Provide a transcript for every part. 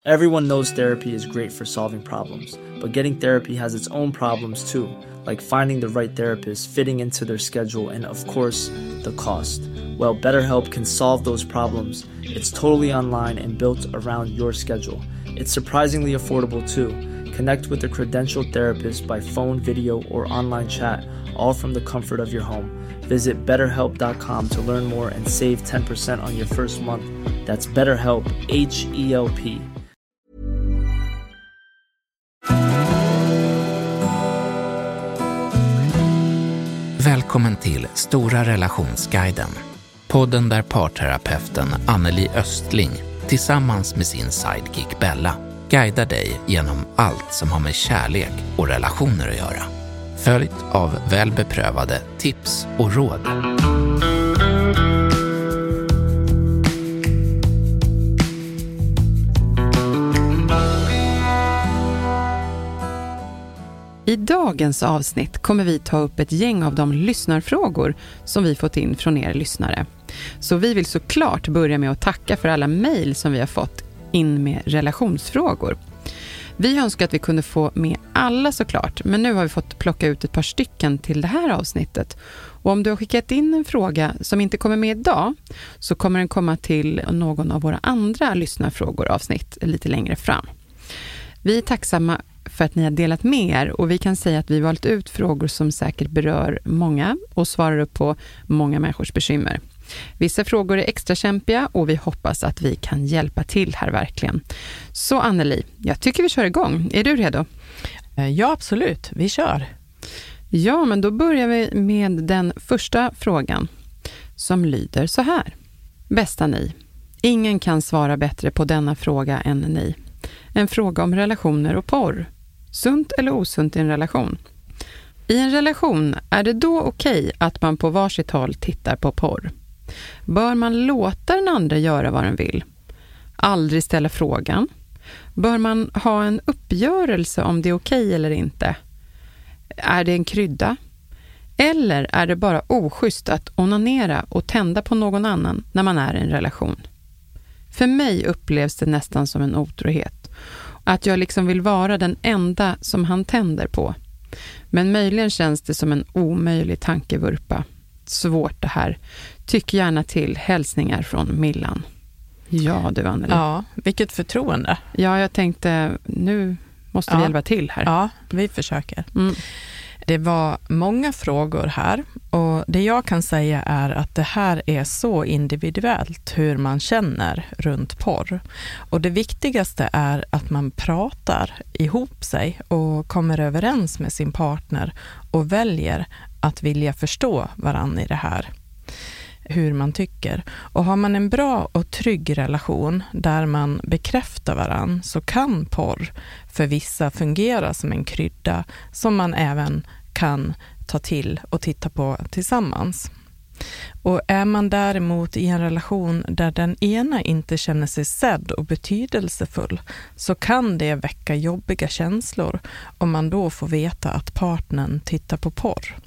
Everyone knows therapy is great for solving problems, but getting therapy has its own problems too, like finding the right therapist, fitting into their schedule, and of course, the cost. Well, BetterHelp can solve those problems. It's totally online and built around your schedule. It's surprisingly affordable too. Connect with a credentialed therapist by phone, video, or online chat, all from the comfort of your home. Visit BetterHelp.com to learn more and save 10% on your first month. That's BetterHelp, H-E-L-P. Välkommen till Stora relationsguiden. Podden där parterapeuten Anneli Östling tillsammans med sin sidekick Bella guidar dig genom allt som har med kärlek och relationer att göra. Följt av välbeprövade tips och råd. I dagens avsnitt kommer vi ta upp ett gäng av de lyssnarfrågor som vi fått in från er lyssnare. Så vi vill såklart börja med att tacka för alla mejl som vi har fått in med relationsfrågor. Vi önskar att vi kunde få med alla såklart, men nu har vi fått plocka ut ett par stycken till det här avsnittet. Och om du har skickat in en fråga som inte kommer med idag så kommer den komma till någon av våra andra lyssnarfrågor avsnitt lite längre fram. Vi är tacksamma för att ni har delat med er och vi kan säga att vi valt ut frågor som säkert berör många och svarar upp på många människors bekymmer. Vissa frågor är extra kämpiga och vi hoppas att vi kan hjälpa till här verkligen. Så Anneli, jag tycker vi kör igång. Är du redo? Ja, absolut. Vi kör. Ja, men då börjar vi med den första frågan som lyder så här. Bästa ni, ingen kan svara bättre på denna fråga än ni. En fråga om relationer och porr. Sunt eller osunt i en relation? I en relation är det då okej att man på varsitt håll tittar på porr? Bör man låta den andra göra vad den vill? Aldrig ställa frågan? Bör man ha en uppgörelse om det är okej eller inte? Är det en krydda? Eller är det bara oschysst att onanera och tända på någon annan när man är i en relation? För mig upplevs det nästan som en otrohet. Att jag liksom vill vara den enda som han tänder på. Men möjligen känns det som en omöjlig tankevurpa. Svårt det här. Tyck gärna till hälsningar från Millan. Ja, du Anneli. Ja, vilket förtroende. Ja, jag tänkte nu måste vi hjälpa till här. Ja, vi försöker. Det var många frågor här och det jag kan säga är att det här är så individuellt hur man känner runt porr. Och det viktigaste är att man pratar ihop sig och kommer överens med sin partner och väljer att vilja förstå varann i det här. Hur man tycker. Och har man en bra och trygg relation där man bekräftar varann så kan porr för vissa fungera som en krydda som man även kan ta till och titta på tillsammans. Och är man däremot i en relation där den ena inte känner sig sedd och betydelsefull så kan det väcka jobbiga känslor om man då får veta att partnern tittar på porr.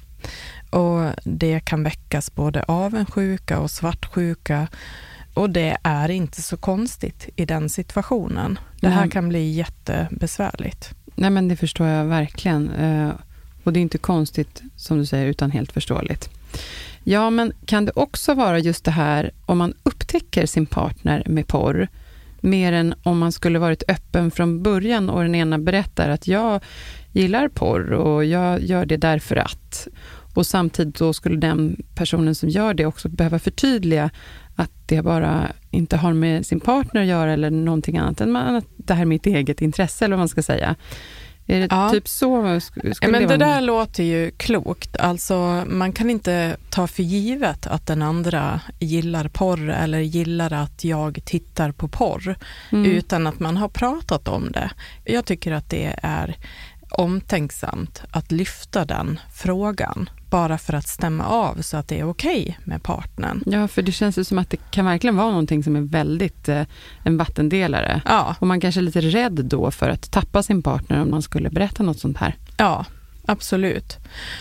Och det kan väckas både avundsjuka och svartsjuka och det är inte så konstigt i den situationen. Det här kan bli jättebesvärligt. Nej, men det förstår jag verkligen. Och det är inte konstigt som du säger utan helt förståeligt. Ja, men kan det också vara just det här om man upptäcker sin partner med porr mer än om man skulle varit öppen från början och den ena berättar att jag gillar porr och jag gör det därför att. Och samtidigt då skulle den personen som gör det också behöva förtydliga att det bara inte har med sin partner att göra eller någonting annat än att det här är mitt eget intresse eller vad man ska säga. Är det typ så? Men det där låter ju klokt. Alltså man kan inte ta för givet att den andra gillar porr eller gillar att jag tittar på porr utan att man har pratat om det. Jag tycker att det är omtänksamt att lyfta den frågan bara för att stämma av så att det är okej med partnern. Ja, för det känns ju som att det kan verkligen vara någonting som är väldigt en vattendelare. Ja. Och man kanske är lite rädd då för att tappa sin partner om man skulle berätta något sånt här. Ja, absolut.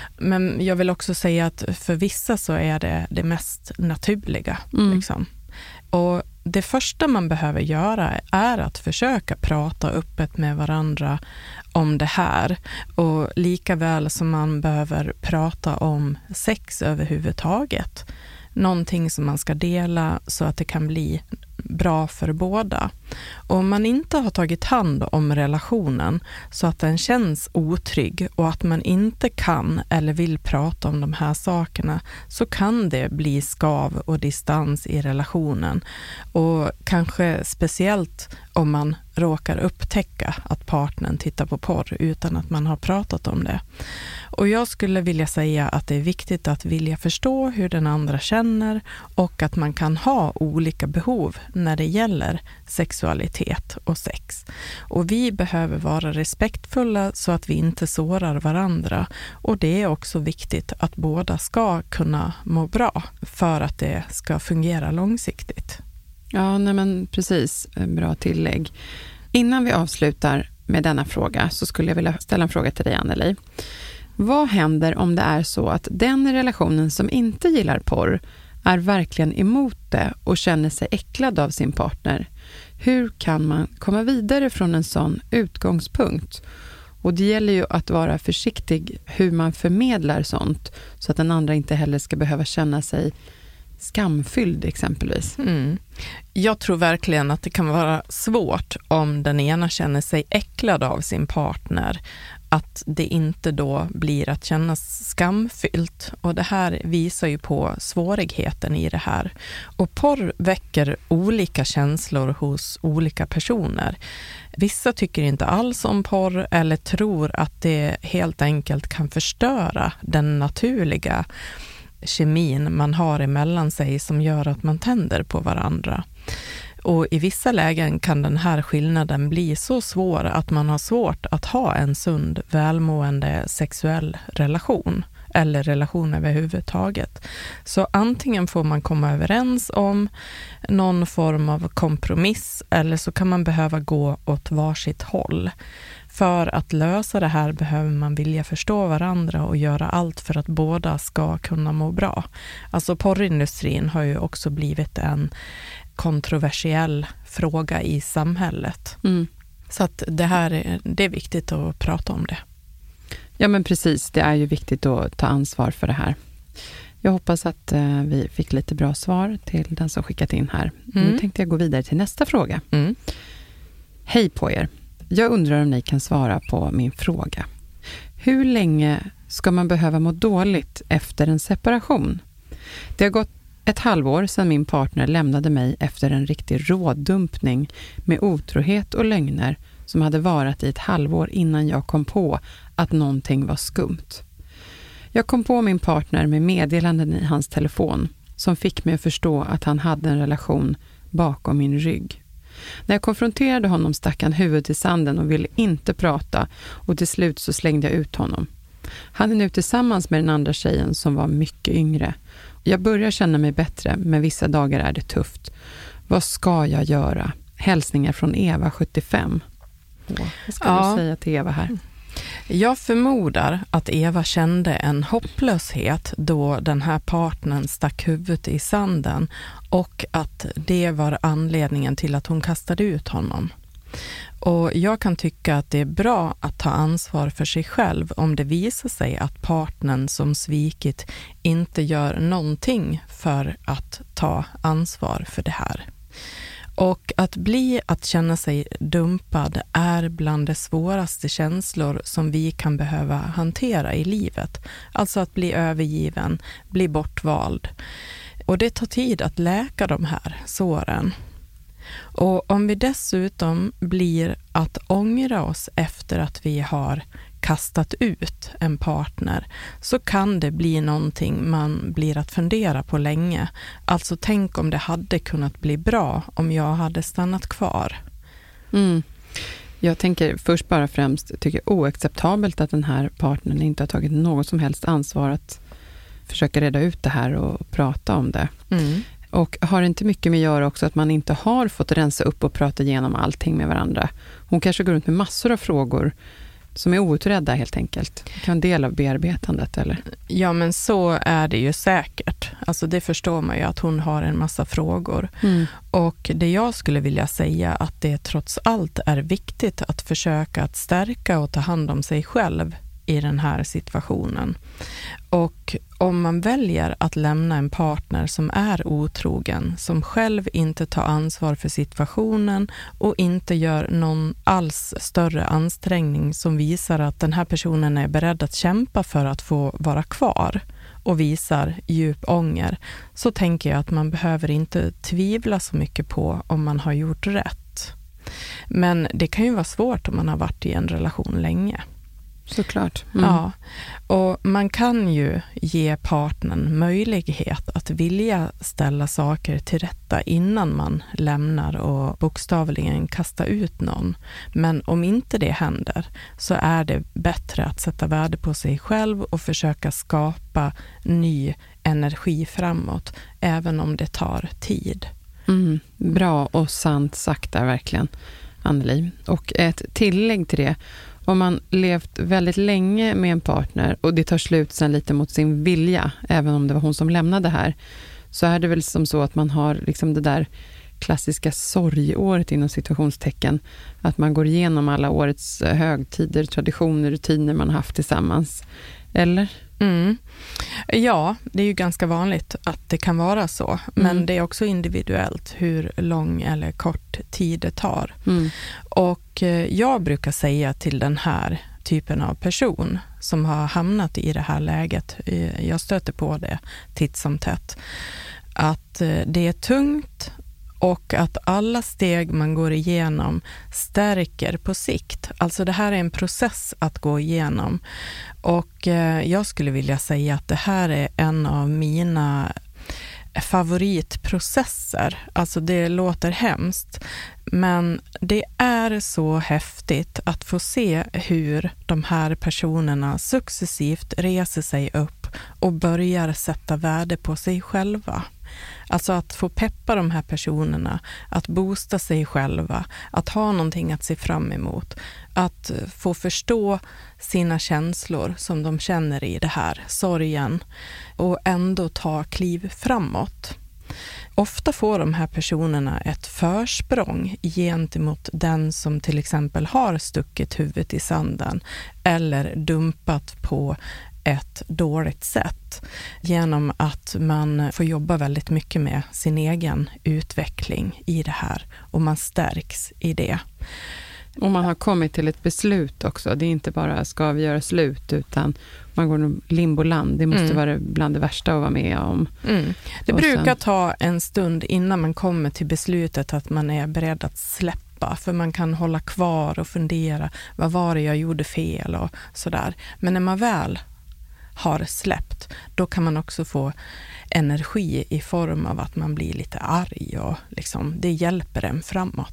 Men jag vill också säga att för vissa så är det mest naturliga. Liksom. Och det första man behöver göra är att försöka prata öppet med varandra om det här. Och lika väl som man behöver prata om sex överhuvudtaget. Någonting som man ska dela så att det kan bli bra för båda. Och om man inte har tagit hand om relationen så att den känns otrygg och att man inte kan eller vill prata om de här sakerna, så kan det bli skav och distans i relationen. Och kanske speciellt om man råkar upptäcka att partnern tittar på porr utan att man har pratat om det. Och jag skulle vilja säga att det är viktigt att vilja förstå hur den andra känner och att man kan ha olika behov när det gäller sexualitet och sex. Och vi behöver vara respektfulla så att vi inte sårar varandra. Och det är också viktigt att båda ska kunna må bra för att det ska fungera långsiktigt. Ja, nej men precis. Bra tillägg. Innan vi avslutar med denna fråga så skulle jag vilja ställa en fråga till dig, Anneli. Vad händer om det är så att den i relationen som inte gillar porr är verkligen emot det och känner sig äcklad av sin partner? Hur kan man komma vidare från en sån utgångspunkt? Och det gäller ju att vara försiktig hur man förmedlar sånt så att den andra inte heller ska behöva känna sig skamfylld exempelvis. Jag tror verkligen att det kan vara svårt om den ena känner sig äcklad av sin partner, att det inte då blir att kännas skamfyllt. Och det här visar ju på svårigheten i det här. Och porr väcker olika känslor hos olika personer. Vissa tycker inte alls om porr eller tror att det helt enkelt kan förstöra den naturliga kemin man har emellan sig som gör att man tänder på varandra. Och i vissa lägen kan den här skillnaden bli så svår att man har svårt att ha en sund, välmående sexuell relation eller relation överhuvudtaget. Så antingen får man komma överens om någon form av kompromiss eller så kan man behöva gå åt varsitt håll. För att lösa det här behöver man vilja förstå varandra och göra allt för att båda ska kunna må bra. Alltså porrindustrin har ju också blivit en kontroversiell fråga i samhället. Så att det är viktigt att prata om det. Ja men precis, det är ju viktigt att ta ansvar för det här. Jag hoppas att vi fick lite bra svar till den som skickat in här. Nu tänkte jag gå vidare till nästa fråga. Hej på er. Jag undrar om ni kan svara på min fråga. Hur länge ska man behöva må dåligt efter en separation? Det har gått ett halvår sedan min partner lämnade mig efter en riktig rådumpning med otrohet och lögner som hade varat i ett halvår innan jag kom på att någonting var skumt. Jag kom på min partner med meddelanden i hans telefon som fick mig att förstå att han hade en relation bakom min rygg. När jag konfronterade honom stack han huvudet i sanden och ville inte prata och till slut så slängde jag ut honom. Han är nu tillsammans med den andra tjejen som var mycket yngre. Jag börjar känna mig bättre, men vissa dagar är det tufft. Vad ska jag göra? Hälsningar från Eva 75. Vad ska du säga till Eva här? Jag förmodar att Eva kände en hopplöshet då den här partnern stack huvudet i sanden och att det var anledningen till att hon kastade ut honom. Och jag kan tycka att det är bra att ta ansvar för sig själv om det visar sig att partnern som svikit inte gör någonting för att ta ansvar för det här. Och att känna sig dumpad är bland de svåraste känslor som vi kan behöva hantera i livet. Alltså att bli övergiven, bli bortvald. Och det tar tid att läka de här såren. Och om vi dessutom blir att ångra oss efter att vi har kastat ut en partner så kan det bli någonting man blir att fundera på länge. Alltså tänk om det hade kunnat bli bra om jag hade stannat kvar. Jag tänker först bara främst tycker oacceptabelt att den här partnern inte har tagit något som helst ansvar att försöka reda ut det här och prata om det. Och har inte mycket med att göra också att man inte har fått rensa upp och prata igenom allting med varandra. Hon kanske går runt med massor av frågor som är outredda helt enkelt. Det kan vara en del av bearbetandet, eller? Ja, men så är det ju säkert. Alltså det förstår man ju att hon har en massa frågor. Och det jag skulle vilja säga att det trots allt är viktigt att försöka att stärka och ta hand om sig själv i den här situationen. Och om man väljer att lämna en partner som är otrogen, som själv inte tar ansvar för situationen och inte gör någon alls större ansträngning som visar att den här personen är beredd att kämpa för att få vara kvar och visar djup ånger, så tänker jag att man behöver inte tvivla så mycket på om man har gjort rätt. Men det kan ju vara svårt om man har varit i en relation länge. Såklart. Ja, och man kan ju ge partnern möjlighet att vilja ställa saker till rätta innan man lämnar och bokstavligen kasta ut någon. Men om inte det händer så är det bättre att sätta värde på sig själv och försöka skapa ny energi framåt, även om det tar tid. Bra och sant sagt där verkligen, Anneli. Och ett tillägg till det: om man levt väldigt länge med en partner och det tar slut sen lite mot sin vilja, även om det var hon som lämnade här, så är det väl som så att man har liksom det där klassiska sorgåret inom situationstecken, att man går igenom alla årets högtider, traditioner, rutiner man har haft tillsammans. Eller? Ja, det är ju ganska vanligt att det kan vara så. Men det är också individuellt hur lång eller kort tid det tar. Och jag brukar säga till den här typen av person som har hamnat i det här läget, jag stöter på det titt som tätt, att det är tungt och att alla steg man går igenom stärker på sikt. Alltså det här är en process att gå igenom. Och jag skulle vilja säga att det här är en av mina favoritprocesser. Alltså det låter hemskt, men det är så häftigt att få se hur de här personerna successivt reser sig upp och börjar sätta värde på sig själva. Alltså att få peppa de här personerna, att boosta sig själva, att ha någonting att se fram emot, att få förstå sina känslor som de känner i det här, sorgen, och ändå ta kliv framåt. Ofta får de här personerna ett försprång gentemot den som till exempel har stuckit huvudet i sanden eller dumpat på ett dåligt sätt, genom att man får jobba väldigt mycket med sin egen utveckling i det här och man stärks i det. Och man har kommit till ett beslut också. Det är inte bara ska vi göra slut, utan man går nog limboland. Det måste vara bland det värsta att vara med om. Det brukar ta en stund innan man kommer till beslutet att man är beredd att släppa. För man kan hålla kvar och fundera, vad var det jag gjorde fel och sådär. Men när man väl har släppt, då kan man också få energi i form av att man blir lite arg och liksom, det hjälper en framåt.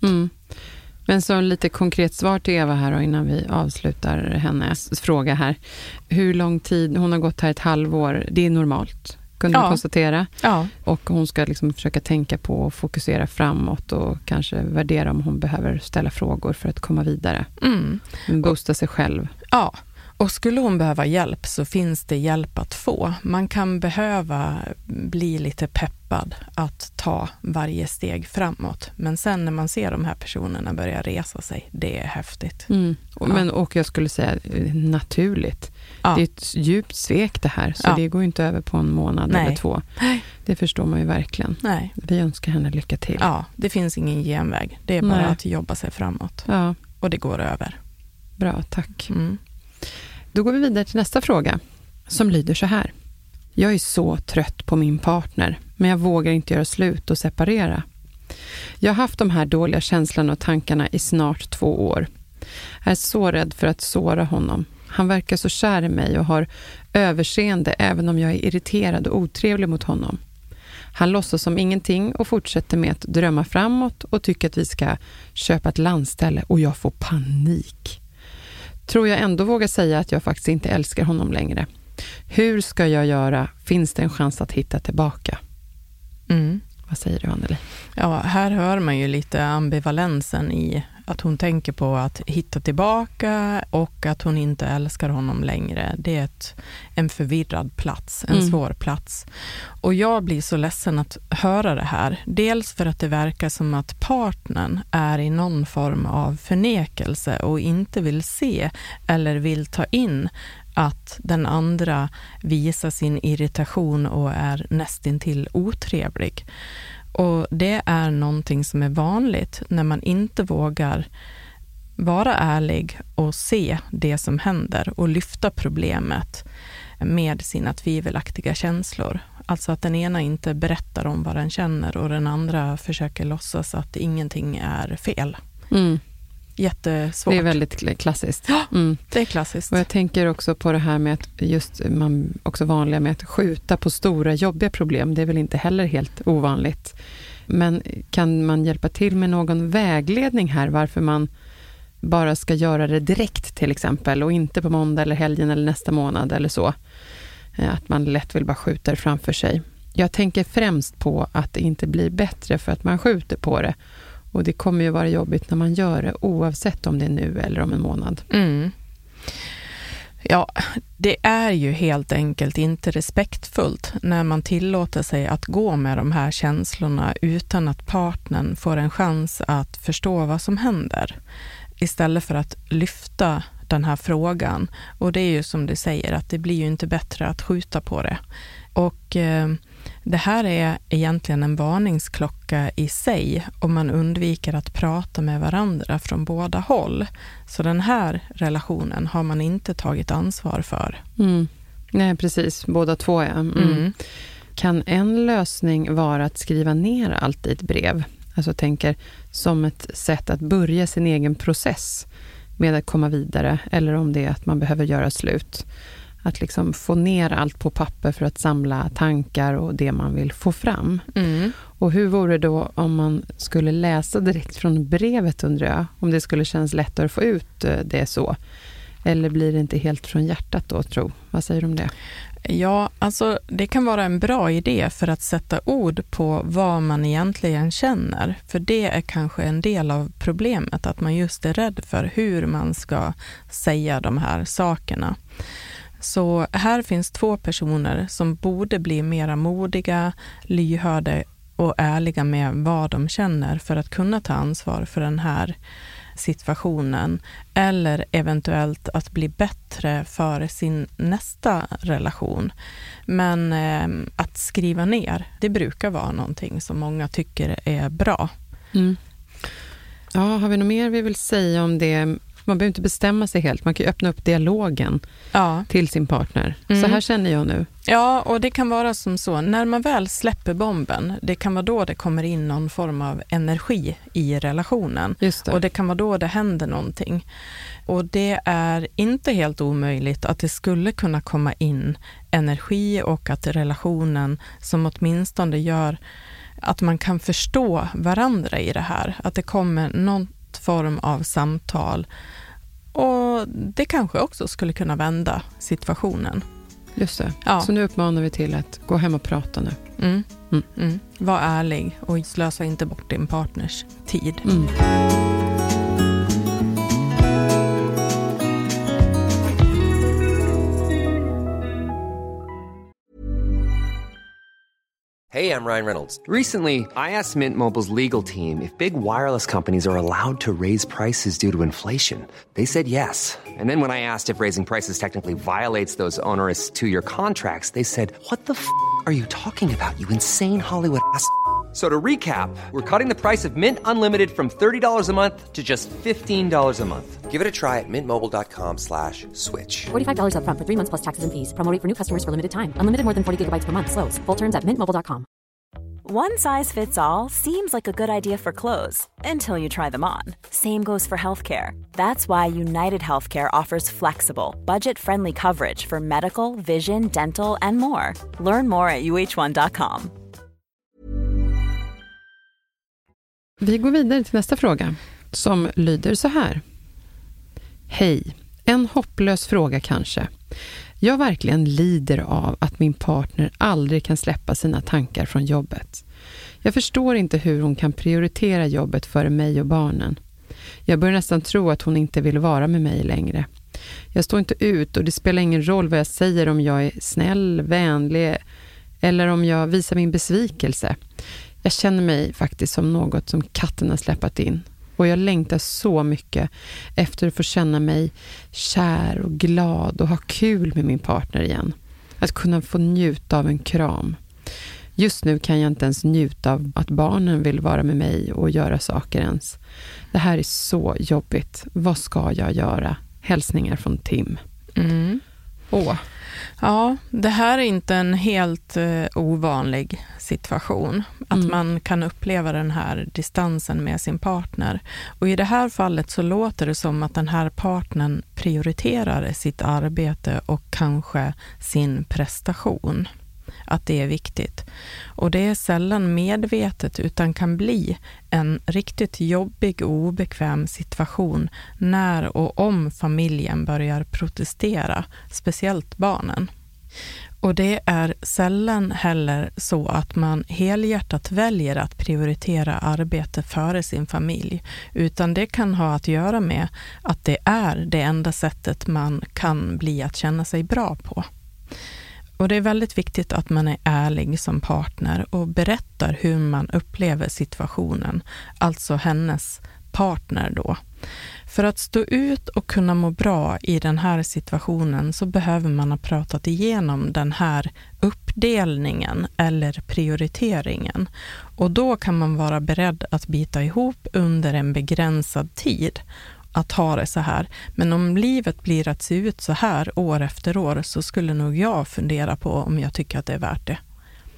Men så lite konkret svar till Eva här och innan vi avslutar hennes fråga här. Hur lång tid, hon har gått här ett halvår, det är normalt, kunde man konstatera. Ja. Och hon ska liksom försöka tänka på och fokusera framåt och kanske värdera om hon behöver ställa frågor för att komma vidare. Boosta sig själv. Ja. Och skulle hon behöva hjälp så finns det hjälp att få. Man kan behöva bli lite peppad att ta varje steg framåt. Men sen när man ser de här personerna börja resa sig, det är häftigt. Men, och jag skulle säga naturligt. Det är ett djupt svek det här, så det går inte över på en månad eller 2. Det förstår man ju verkligen. Vi önskar henne lycka till. Ja, det finns ingen genväg. Det är bara att jobba sig framåt. Och det går över. Bra, tack. Då går vi vidare till nästa fråga som lyder så här. Jag är så trött på min partner, men jag vågar inte göra slut och separera. Jag har haft de här dåliga känslorna och tankarna i snart 2 år. Jag är så rädd för att såra honom. Han verkar så kär i mig och har överseende även om jag är irriterad och otrevlig mot honom. Han låtsas som ingenting och fortsätter med att drömma framåt och tycker att vi ska köpa ett landställe och jag får panik. Tror jag ändå vågar säga att jag faktiskt inte älskar honom längre. Hur ska jag göra? Finns det en chans att hitta tillbaka? Vad säger du, Anneli? Ja, här hör man ju lite ambivalensen i Att hon tänker på att hitta tillbaka och att hon inte älskar honom längre. Det är en förvirrad plats, en svår plats. Och jag blir så ledsen att höra det här. Dels för att det verkar som att partnern är i någon form av förnekelse och inte vill se eller vill ta in att den andra visar sin irritation och är nästintill otrevlig. Och det är någonting som är vanligt när man inte vågar vara ärlig och se det som händer och lyfta problemet med sina tvivelaktiga känslor. Alltså att den ena inte berättar om vad den känner och den andra försöker låtsas att ingenting är fel. Jättesvårt. Det är väldigt klassiskt. Ja, det är klassiskt. Och jag tänker också på det här med att just man också vanliga med att skjuta på stora jobbiga problem. Det är väl inte heller helt ovanligt. Men kan man hjälpa till med någon vägledning här varför man bara ska göra det direkt till exempel och inte på måndag eller helgen eller nästa månad eller så? Att man lätt vill bara skjuta det framför sig. Jag tänker främst på att det inte blir bättre för att man skjuter på det. Och det kommer ju vara jobbigt när man gör det oavsett om det är nu eller om en månad. Ja, det är ju helt enkelt inte respektfullt när man tillåter sig att gå med de här känslorna utan att partnern får en chans att förstå vad som händer. Istället för att lyfta den här frågan. Och det är ju som du säger att det blir ju inte bättre att skjuta på det. Och det här är egentligen en varningsklocka i sig om man undviker att prata med varandra från båda håll. Så den här relationen har man inte tagit ansvar för. Nej, precis. Båda två är. Kan en lösning vara att skriva ner allt i ett brev? Alltså tänker som ett sätt att börja sin egen process med att komma vidare. Eller om det är att man behöver göra slut. Att liksom få ner allt på papper för att samla tankar och det man vill få fram. Och hur vore det då om man skulle läsa direkt från brevet undrar jag? Om det skulle kännas lättare att få ut det så? Eller blir det inte helt från hjärtat då, tro? Vad säger du om det? Ja, alltså det kan vara en bra idé för att sätta ord på vad man egentligen känner. För det är kanske en del av problemet, att man just är rädd för hur man ska säga de här sakerna. Så här finns 2 personer som borde bli mera modiga, lyhörda och ärliga med vad de känner för att kunna ta ansvar för den här situationen. Eller eventuellt att bli bättre för sin nästa relation. Men att skriva ner, det brukar vara någonting som många tycker är bra. Ja, har vi något mer vi vill säga om det? Man behöver inte bestämma sig helt. Man kan ju öppna upp dialogen till sin partner. Så här känner jag nu. Ja, och det kan vara som så. När man väl släpper bomben, det kan vara då det kommer in någon form av energi i relationen. Just det. Och det kan vara då det händer någonting. Och det är inte helt omöjligt att det skulle kunna komma in energi och att relationen som åtminstone gör att man kan förstå varandra i det här. Att det kommer någon form av samtal och det kanske också skulle kunna vända situationen. Just det. Ja. Så nu uppmanar vi till att gå hem och prata nu. Var ärlig och slösa inte bort din partners tid. Hey, I'm Ryan Reynolds. Recently, I asked Mint Mobile's legal team if big wireless companies are allowed to raise prices due to inflation. They said yes. And then when I asked if raising prices technically violates those onerous 2-year contracts, they said, "What the f*** are you talking about, you insane Hollywood ass?" So to recap, we're cutting the price of Mint Unlimited from $30 a month to just $15 a month. Give it a try at mintmobile.com/switch. $45 up front for 3 months plus taxes and fees. Promo rate for new customers for limited time. Unlimited more than 40 gigabytes per month. Slows full terms at mintmobile.com. One size fits all seems like a good idea for clothes until you try them on. Same goes for healthcare. That's why United Healthcare offers flexible, budget-friendly coverage for medical, vision, dental, and more. Learn more at uh1.com. Vi går vidare till nästa fråga som lyder så här. Hej, en hopplös fråga kanske. Jag verkligen lider av att min partner aldrig kan släppa sina tankar från jobbet. Jag förstår inte hur hon kan prioritera jobbet före mig och barnen. Jag börjar nästan tro att hon inte vill vara med mig längre. Jag står inte ut och det spelar ingen roll vad jag säger, om jag är snäll, vänlig eller om jag visar min besvikelse. Jag känner mig faktiskt som något som katten har släppt in. Och jag längtar så mycket efter att få känna mig kär och glad och ha kul med min partner igen. Att kunna få njuta av en kram. Just nu kan jag inte ens njuta av att barnen vill vara med mig och göra saker ens. Det här är så jobbigt. Vad ska jag göra? Hälsningar från Tim. Ja, det här är inte en helt ovanlig situation. Att man kan uppleva den här distansen med sin partner. Och i det här fallet så låter det som att den här partnern prioriterar sitt arbete och kanske sin prestation. Att det är viktigt. Och det är sällan medvetet utan kan bli en riktigt jobbig och obekväm situation när och om familjen börjar protestera, speciellt barnen. Och det är sällan heller så att man helhjärtat väljer att prioritera arbete före sin familj, utan det kan ha att göra med att det är det enda sättet man kan bli att känna sig bra på. Och det är väldigt viktigt att man är ärlig som partner och berättar hur man upplever situationen, alltså hennes partner då. För att stå ut och kunna må bra i den här situationen så behöver man ha pratat igenom den här uppdelningen eller prioriteringen. Och då kan man vara beredd att bita ihop under en begränsad tid att ha det så här. Men om livet blir att se ut så här år efter år så skulle nog jag fundera på om jag tycker att det är värt det.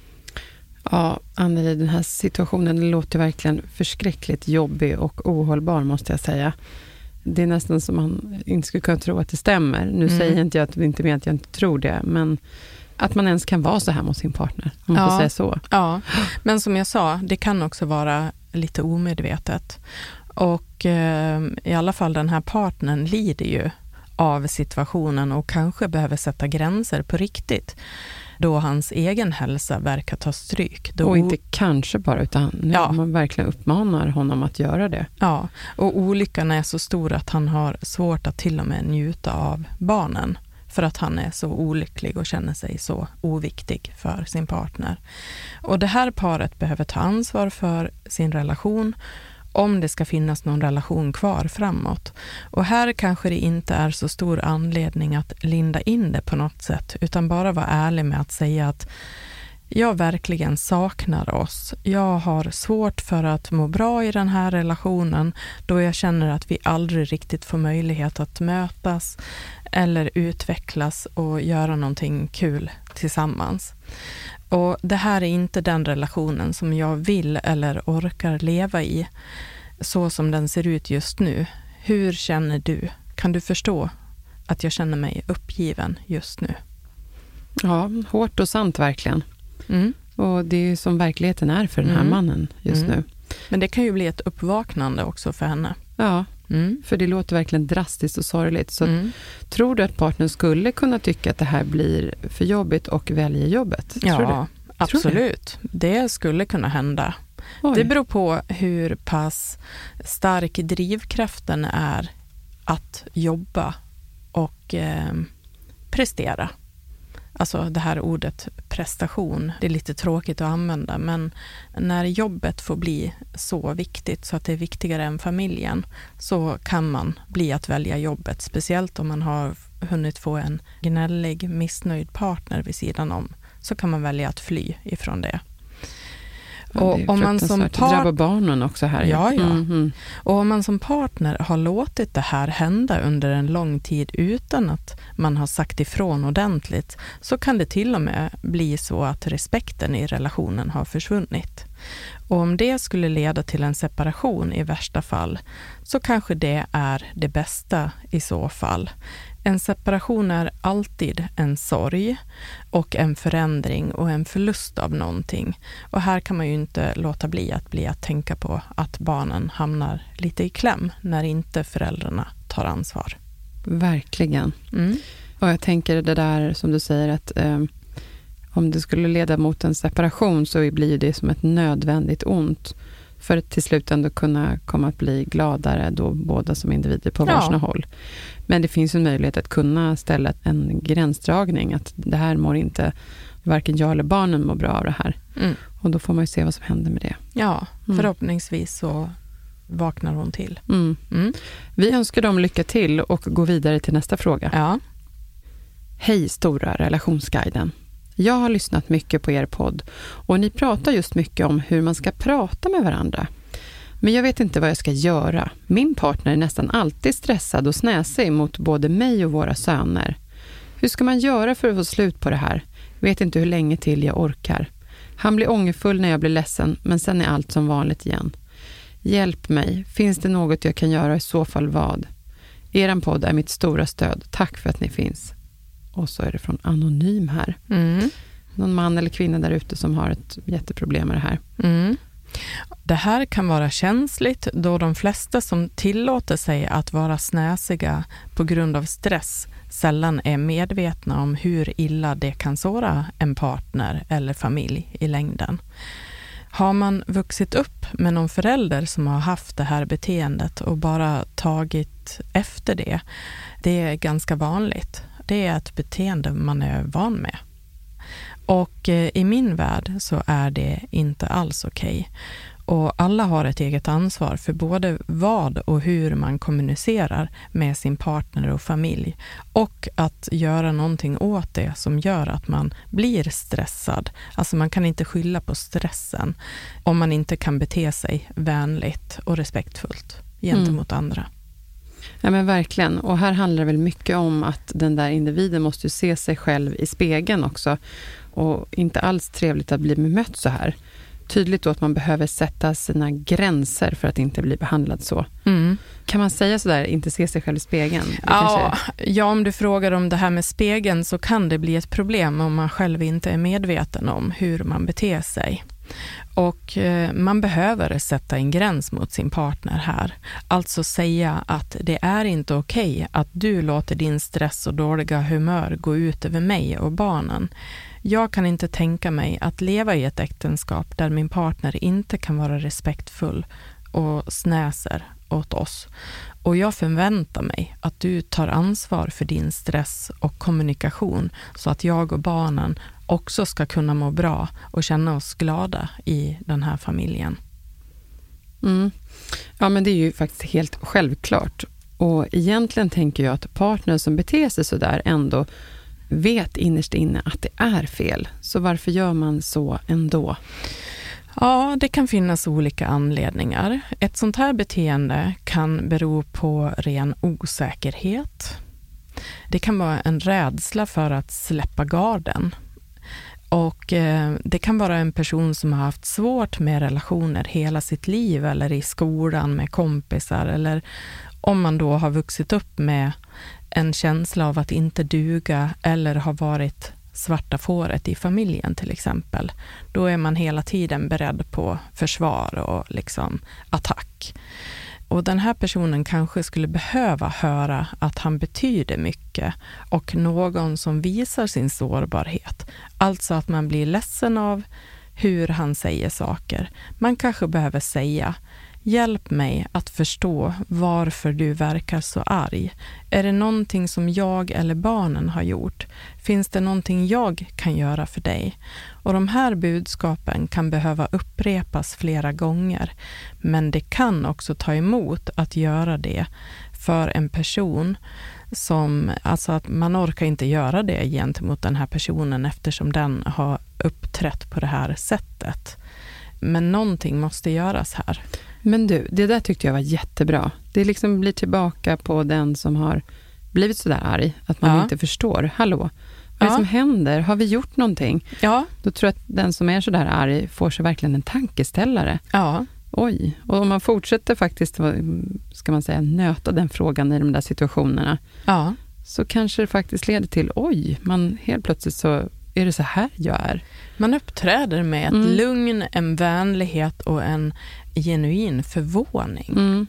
Ja, Anneli, den här situationen låter verkligen förskräckligt jobbig och ohållbar, måste jag säga. Det är nästan som man inte skulle kunna tro att det stämmer. Nu säger inte jag att det inte med att jag inte tror det, men att man ens kan vara så här mot sin partner, om man får säga så. Ja, men som jag sa, det kan också vara lite omedvetet. Och i alla fall den här partnern lider ju av situationen och kanske behöver sätta gränser på riktigt. Då hans egen hälsa verkar ta stryk. Då och inte kanske bara, utan man verkligen uppmanar honom att göra det. Ja, och olyckan är så stor att han har svårt att till och med njuta av barnen. För att han är så olycklig och känner sig så oviktig för sin partner. Och det här paret behöver ta ansvar för sin relation om det ska finnas någon relation kvar framåt. Och här kanske det inte är så stor anledning att linda in det på något sätt, utan bara vara ärlig med att säga att jag verkligen saknar oss. Jag har svårt för att må bra i den här relationen då jag känner att vi aldrig riktigt får möjlighet att mötas eller utvecklas och göra någonting kul tillsammans. Och det här är inte den relationen som jag vill eller orkar leva i så som den ser ut just nu. Hur känner du? Kan du förstå att jag känner mig uppgiven just nu? Ja, hårt och sant verkligen. Och det är som verkligheten är för den här mannen just nu. Men det kan ju bli ett uppvaknande också för henne. Ja, för det låter verkligen drastiskt och sorgligt. Så tror du att partnern skulle kunna tycka att det här blir för jobbigt och välja jobbet? Ja, absolut. Det skulle kunna hända. Oj. Det beror på hur pass stark drivkraften är att jobba och prestera. Alltså det här ordet prestation, det är lite tråkigt att använda, men när jobbet får bli så viktigt så att det är viktigare än familjen så kan man bli att välja jobbet, speciellt om man har hunnit få en gnällig, missnöjd partner vid sidan om, så kan man välja att fly ifrån det. Ja, och om man som drabbar barnen också här. Ja. Och om man som partner har låtit det här hända under en lång tid utan att man har sagt ifrån ordentligt, så kan det till och med bli så att respekten i relationen har försvunnit. Och om det skulle leda till en separation i värsta fall, så kanske det är det bästa i så fall. En separation är alltid en sorg och en förändring och en förlust av någonting. Och här kan man ju inte låta bli att tänka på att barnen hamnar lite i kläm när inte föräldrarna tar ansvar. Verkligen. Och jag tänker det där som du säger att om det skulle leda mot en separation så blir det som ett nödvändigt ont. För att till slut ändå kunna komma att bli gladare då båda som individer på varsina håll. Men det finns en möjlighet att kunna ställa en gränsdragning. Att det här mår inte, varken jag eller barnen mår bra av det här. Och då får man ju se vad som händer med det. Ja, förhoppningsvis så vaknar hon till. Vi önskar dem lycka till och gå vidare till nästa fråga. Ja. Hej stora relationsguiden. Jag har lyssnat mycket på er podd och ni pratar just mycket om hur man ska prata med varandra. Men jag vet inte vad jag ska göra. Min partner är nästan alltid stressad och snäsig mot både mig och våra söner. Hur ska man göra för att få slut på det här? Vet inte hur länge till jag orkar. Han blir ångerfull när jag blir ledsen, men sen är allt som vanligt igen. Hjälp mig. Finns det något jag kan göra, i så fall vad? Eran podd är mitt stora stöd. Tack för att ni finns. Och så är det från Anonym här. Någon man eller kvinna där ute som har ett jätteproblem med det här. Det här kan vara känsligt då de flesta som tillåter sig att vara snäsiga på grund av stress sällan är medvetna om hur illa det kan såra en partner eller familj i längden. Har man vuxit upp med någon förälder som har haft det här beteendet och bara tagit efter det, det är ganska vanligt. Det är ett beteende man är van med. Och i min värld så är det inte alls okej. Och alla har ett eget ansvar för både vad och hur man kommunicerar med sin partner och familj. Och att göra någonting åt det som gör att man blir stressad. Alltså man kan inte skylla på stressen om man inte kan bete sig vänligt och respektfullt gentemot andra. Ja men verkligen. Och här handlar det väl mycket om att den där individen måste se sig själv i spegeln också. Och inte alls trevligt att bli bemött så här. Tydligt då att man behöver sätta sina gränser för att inte bli behandlad så. Kan man säga sådär, inte se sig själv i spegeln? Ja, om du frågar om det här med spegeln så kan det bli ett problem om man själv inte är medveten om hur man beter sig. Och man behöver sätta en gräns mot sin partner här. Alltså säga att det är inte okej att du låter din stress och dåliga humör gå ut över mig och barnen. Jag kan inte tänka mig att leva i ett äktenskap där min partner inte kan vara respektfull och snäser åt oss. Och jag förväntar mig att du tar ansvar för din stress och kommunikation så att jag och barnen också ska kunna må bra och känna oss glada i den här familjen. Ja men det är ju faktiskt helt självklart. Och egentligen tänker jag att partner som beter sig så där ändå vet innerst inne att det är fel. Så varför gör man så ändå? Ja, det kan finnas olika anledningar. Ett sånt här beteende kan bero på ren osäkerhet. Det kan vara en rädsla för att släppa garden. Och det kan vara en person som har haft svårt med relationer hela sitt liv eller i skolan med kompisar, eller om man då har vuxit upp med en känsla av att inte duga eller har varit svarta fåret i familjen till exempel. Då är man hela tiden beredd på försvar och liksom attack. Och den här personen kanske skulle behöva höra att han betyder mycket och någon som visar sin sårbarhet. Alltså att man blir ledsen av hur han säger saker. Man kanske behöver säga: hjälp mig att förstå varför du verkar så arg. Är det någonting som jag eller barnen har gjort? Finns det någonting jag kan göra för dig? Och de här budskapen kan behöva upprepas flera gånger. Men det kan också ta emot att göra det för en person som, alltså att man orkar inte göra det gentemot den här personen eftersom den har uppträtt på det här sättet. Men någonting måste göras här. Men du, det där tyckte jag var jättebra. Det liksom blir tillbaka på den som har blivit så där arg. Att man inte förstår. Hallå, vad är det som händer? Har vi gjort någonting? Ja. Då tror jag att den som är så där arg får sig verkligen en tankeställare. Ja. Oj, och om man fortsätter faktiskt, ska man säga, nöta den frågan i de där situationerna. Ja. Så kanske det faktiskt leder till, man helt plötsligt så är det så här jag är. Man uppträder med ett lugn, en vänlighet och en genuin förvåning.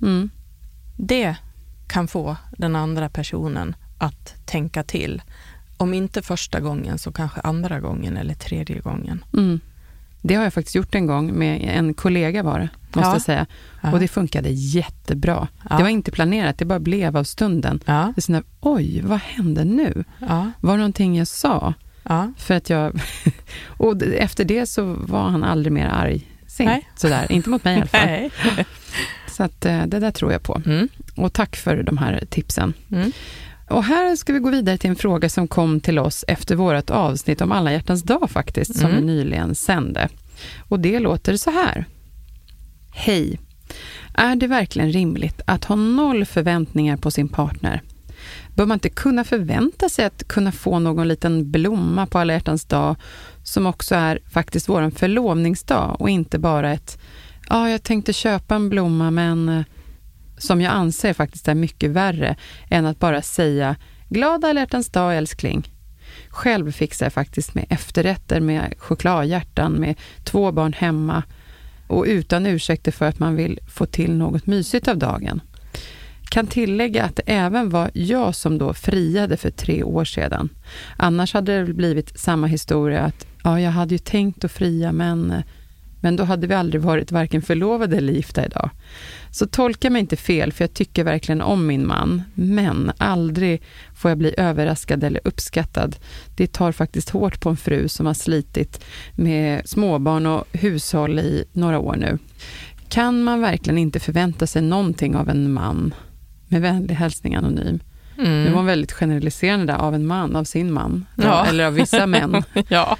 Det kan få den andra personen att tänka till. Om inte första gången så kanske andra gången eller tredje gången. Det har jag faktiskt gjort en gång med en kollega bara, måste jag säga. Ja. Och det funkade jättebra. Ja. Det var inte planerat, det bara blev av stunden. Ja. Det är sådär, oj, vad hände nu? Ja. Var det någonting jag sa? Ja. För att jag... och efter det så var han aldrig mer arg. Sådär, inte mot mig i alla fall. Nej. Så att det där tror jag på. Och tack för de här tipsen. Och här ska vi gå vidare till en fråga som kom till oss efter vårt avsnitt om Alla hjärtans dag faktiskt, som vi nyligen sände. Och det låter så här. Hej! Är det verkligen rimligt att ha 0 förväntningar på sin partner? Bör man inte kunna förvänta sig att kunna få någon liten blomma på Alla hjärtans dag som också är faktiskt våran förlovningsdag och inte bara ett jag tänkte köpa en blomma men som jag anser faktiskt är mycket värre än att bara säga glad Alla hjärtans dag älskling. Själv fixar jag faktiskt med efterrätter med chokladhjärtan med 2 barn hemma och utan ursäkter för att man vill få till något mysigt av dagen. Kan tillägga att det även var jag som då friade för 3 år sedan. Annars hade det blivit samma historia att jag hade ju tänkt att fria men då hade vi aldrig varit varken förlovade eller gifta idag. Så tolka mig inte fel, för jag tycker verkligen om min man. Men aldrig får jag bli överraskad eller uppskattad. Det tar faktiskt hårt på en fru som har slitit med småbarn och hushåll i några år nu. Kan man verkligen inte förvänta sig någonting av en man? Med vänlig hälsning anonym. Det var väldigt generaliserande där, av en man, av sin man. Ja. Eller av vissa män. Ja.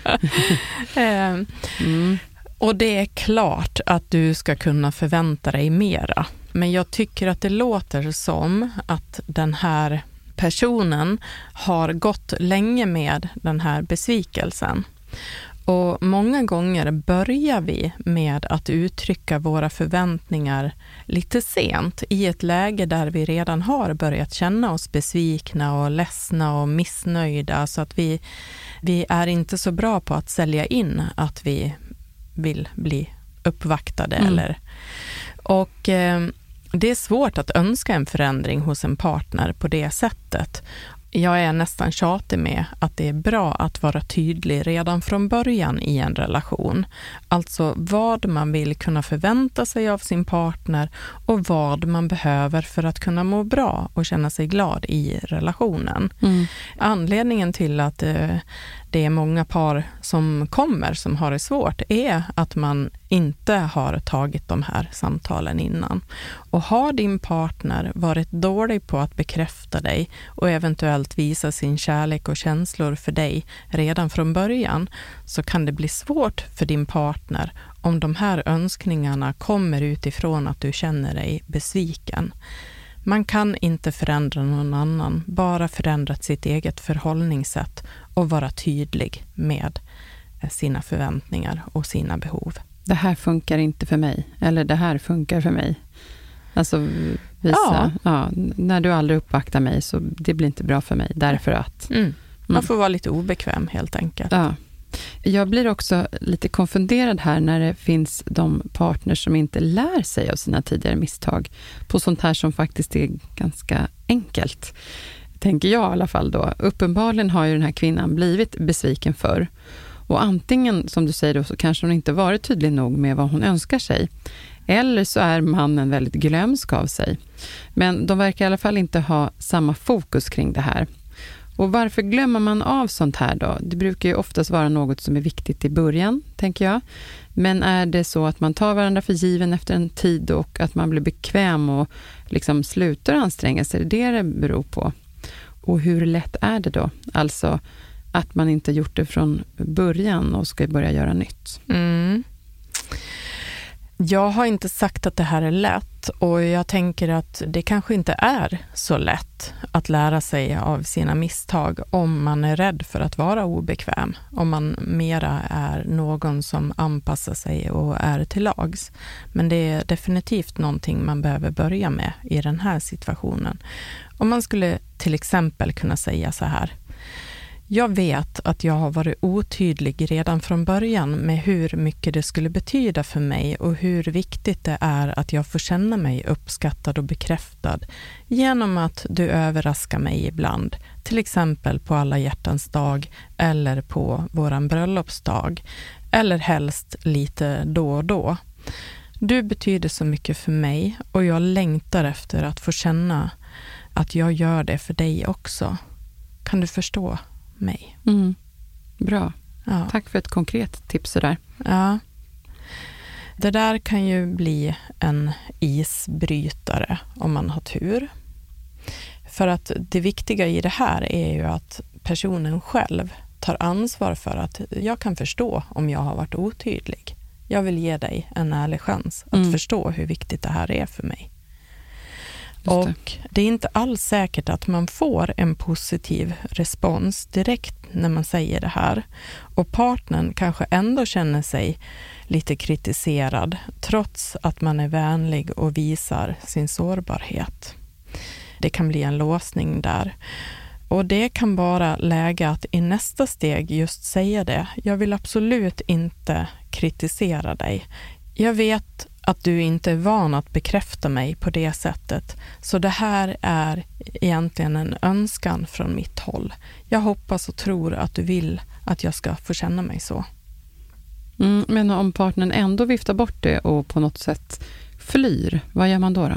Och det är klart att du ska kunna förvänta dig mera. Men jag tycker att det låter som att den här personen har gått länge med den här besvikelsen. Och många gånger börjar vi med att uttrycka våra förväntningar lite sent i ett läge där vi redan har börjat känna oss besvikna och ledsna och missnöjda, så att vi är inte så bra på att sälja in att vi vill bli uppvaktade. Och det är svårt att önska en förändring hos en partner på det sättet. Jag är nästan tjatig med att det är bra att vara tydlig redan från början i en relation. Alltså vad man vill kunna förvänta sig av sin partner och vad man behöver för att kunna må bra och känna sig glad i relationen. Anledningen till att det är många par som har det svårt är att man inte har tagit de här samtalen innan. Och har din partner varit dålig på att bekräfta dig och eventuellt visa sin kärlek och känslor för dig redan från början, så kan det bli svårt för din partner om de här önskningarna kommer utifrån att du känner dig besviken. Man kan inte förändra någon annan, bara förändra sitt eget förhållningssätt och vara tydlig med sina förväntningar och sina behov. Det här funkar inte för mig, eller det här funkar för mig. Alltså visa, när du aldrig uppvaktar mig så det blir inte bra för mig, därför att... Man får vara lite obekväm helt enkelt. Ja. Jag blir också lite konfunderad här när det finns de partners som inte lär sig av sina tidigare misstag på sånt här som faktiskt är ganska enkelt. Tänker jag i alla fall då. Uppenbarligen har ju den här kvinnan blivit besviken för. Och antingen, som du säger då, så kanske hon inte varit tydlig nog med vad hon önskar sig. Eller så är mannen väldigt glömsk av sig. Men de verkar i alla fall inte ha samma fokus kring det här. Och varför glömmer man av sånt här då? Det brukar ju oftast vara något som är viktigt i början, tänker jag. Men är det så att man tar varandra för given efter en tid och att man blir bekväm och liksom slutar anstränga sig, det beror på. Och hur lätt är det då? Alltså att man inte gjort det från början och ska börja göra nytt. Jag har inte sagt att det här är lätt, och jag tänker att det kanske inte är så lätt att lära sig av sina misstag om man är rädd för att vara obekväm. Om man mera är någon som anpassar sig och är till lags. Men det är definitivt någonting man behöver börja med i den här situationen. Om man skulle till exempel kunna säga så här: Jag vet att jag har varit otydlig redan från början med hur mycket det skulle betyda för mig och hur viktigt det är att jag får känna mig uppskattad och bekräftad genom att du överraskar mig ibland, till exempel på alla hjärtans dag eller på våran bröllopsdag, eller helst lite då och då. Du betyder så mycket för mig och jag längtar efter att få känna att jag gör det för dig också. Kan du förstå mig? Bra. Ja. Tack för ett konkret tips där. Ja. Det där kan ju bli en isbrytare om man har tur. För att det viktiga i det här är ju att personen själv tar ansvar för att jag kan förstå om jag har varit otydlig. Jag vill ge dig en ärlig chans att förstå hur viktigt det här är för mig. Och det är inte alls säkert att man får en positiv respons direkt när man säger det här. Och partnern kanske ändå känner sig lite kritiserad trots att man är vänlig och visar sin sårbarhet. Det kan bli en låsning där. Och det kan vara läge att i nästa steg just säga det. Jag vill absolut inte kritisera dig. Jag vet att du inte är van att bekräfta mig på det sättet. Så det här är egentligen en önskan från mitt håll. Jag hoppas och tror att du vill att jag ska få känna mig så. Men om partnern ändå viftar bort det och på något sätt flyr, vad gör man då?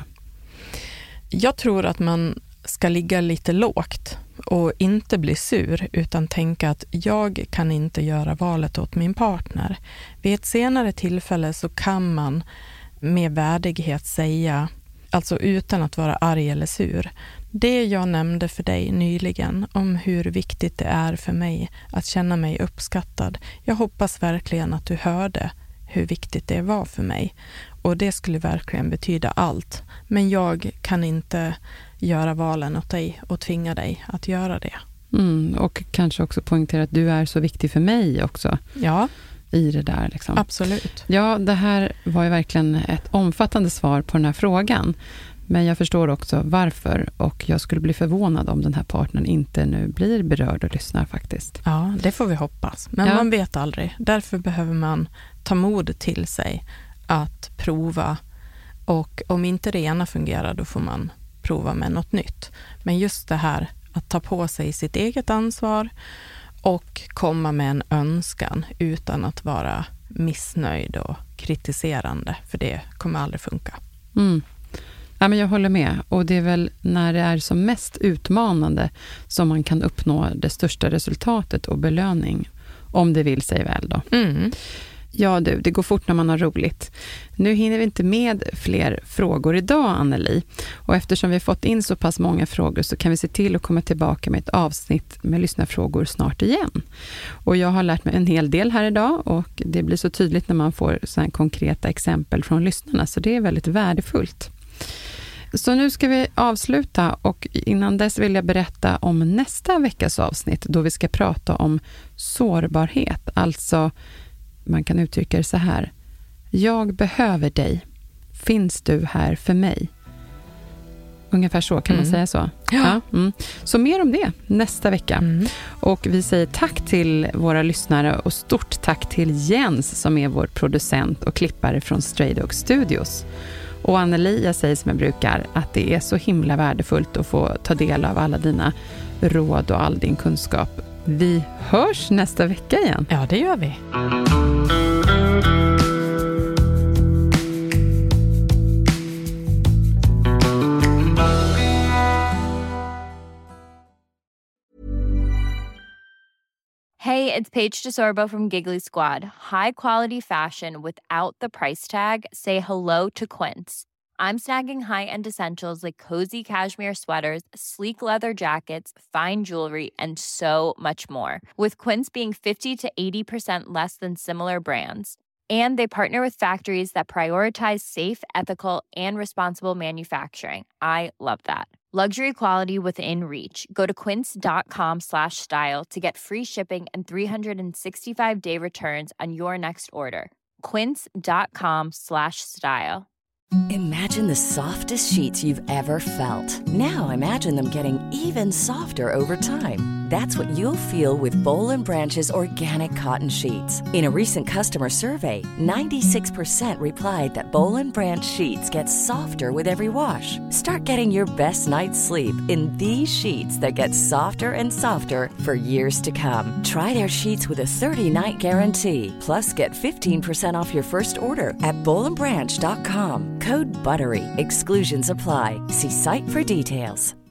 Jag tror att man ska ligga lite lågt och inte bli sur utan tänka att jag kan inte göra valet åt min partner. Vid ett senare tillfälle så kan man med värdighet säga, alltså utan att vara arg eller sur, det jag nämnde för dig nyligen om hur viktigt det är för mig att känna mig uppskattad. Jag hoppas verkligen att du hörde hur viktigt det var för mig. Och det skulle verkligen betyda allt. Men jag kan inte göra valen åt dig och tvinga dig att göra det. Och kanske också poängtera att du är så viktig för mig också. Ja. I det där liksom. Absolut. Ja, det här var ju verkligen ett omfattande svar på den här frågan. Men jag förstår också varför och jag skulle bli förvånad om den här partnern inte nu blir berörd och lyssnar faktiskt. Ja, det får vi hoppas. Men man vet aldrig. Därför behöver man ta mod till sig att prova. Och om inte det ena fungerar då får man prova med något nytt. Men just det här att ta på sig sitt eget ansvar och komma med en önskan utan att vara missnöjd och kritiserande. För det kommer aldrig funka. Ja, men jag håller med. Och det är väl när det är som mest utmanande som man kan uppnå det största resultatet och belöning. Om det vill sig väl då. Ja du, det går fort när man har roligt. Nu hinner vi inte med fler frågor idag, Anneli. Och eftersom vi har fått in så pass många frågor så kan vi se till att komma tillbaka med ett avsnitt med lyssnarfrågor snart igen. Och jag har lärt mig en hel del här idag och det blir så tydligt när man får så här konkreta exempel från lyssnarna. Så det är väldigt värdefullt. Så nu ska vi avsluta och innan dess vill jag berätta om nästa veckas avsnitt då vi ska prata om sårbarhet. Alltså, man kan uttrycka det så här. Jag behöver dig. Finns du här för mig? Ungefär så, kan man säga så? Ja. Så mer om det nästa vecka. Och vi säger tack till våra lyssnare och stort tack till Jens som är vår producent och klippare från Stray Dog Studios. Och Anneli, jag säger som jag brukar att det är så himla värdefullt att få ta del av alla dina råd och all din kunskap. Vi hörs nästa vecka igen. Ja, det gör vi. Hey, it's Paige DeSorbo from Giggly Squad. High quality fashion without the price tag. Say hello to Quince. I'm snagging high-end essentials like cozy cashmere sweaters, sleek leather jackets, fine jewelry, and so much more. With Quince being 50 to 80% less than similar brands. And they partner with factories that prioritize safe, ethical, and responsible manufacturing. I love that. Luxury quality within reach. Go to quince.com/style to get free shipping and 365-day returns on your next order. Quince.com/style. Imagine the softest sheets you've ever felt. Now imagine them getting even softer over time. That's what you'll feel with Boll & Branch's organic cotton sheets. In a recent customer survey, 96% replied that Boll & Branch sheets get softer with every wash. Start getting your best night's sleep in these sheets that get softer and softer for years to come. Try their sheets with a 30-night guarantee. Plus, get 15% off your first order at bollandbranch.com. Code BUTTERY. Exclusions apply. See site for details.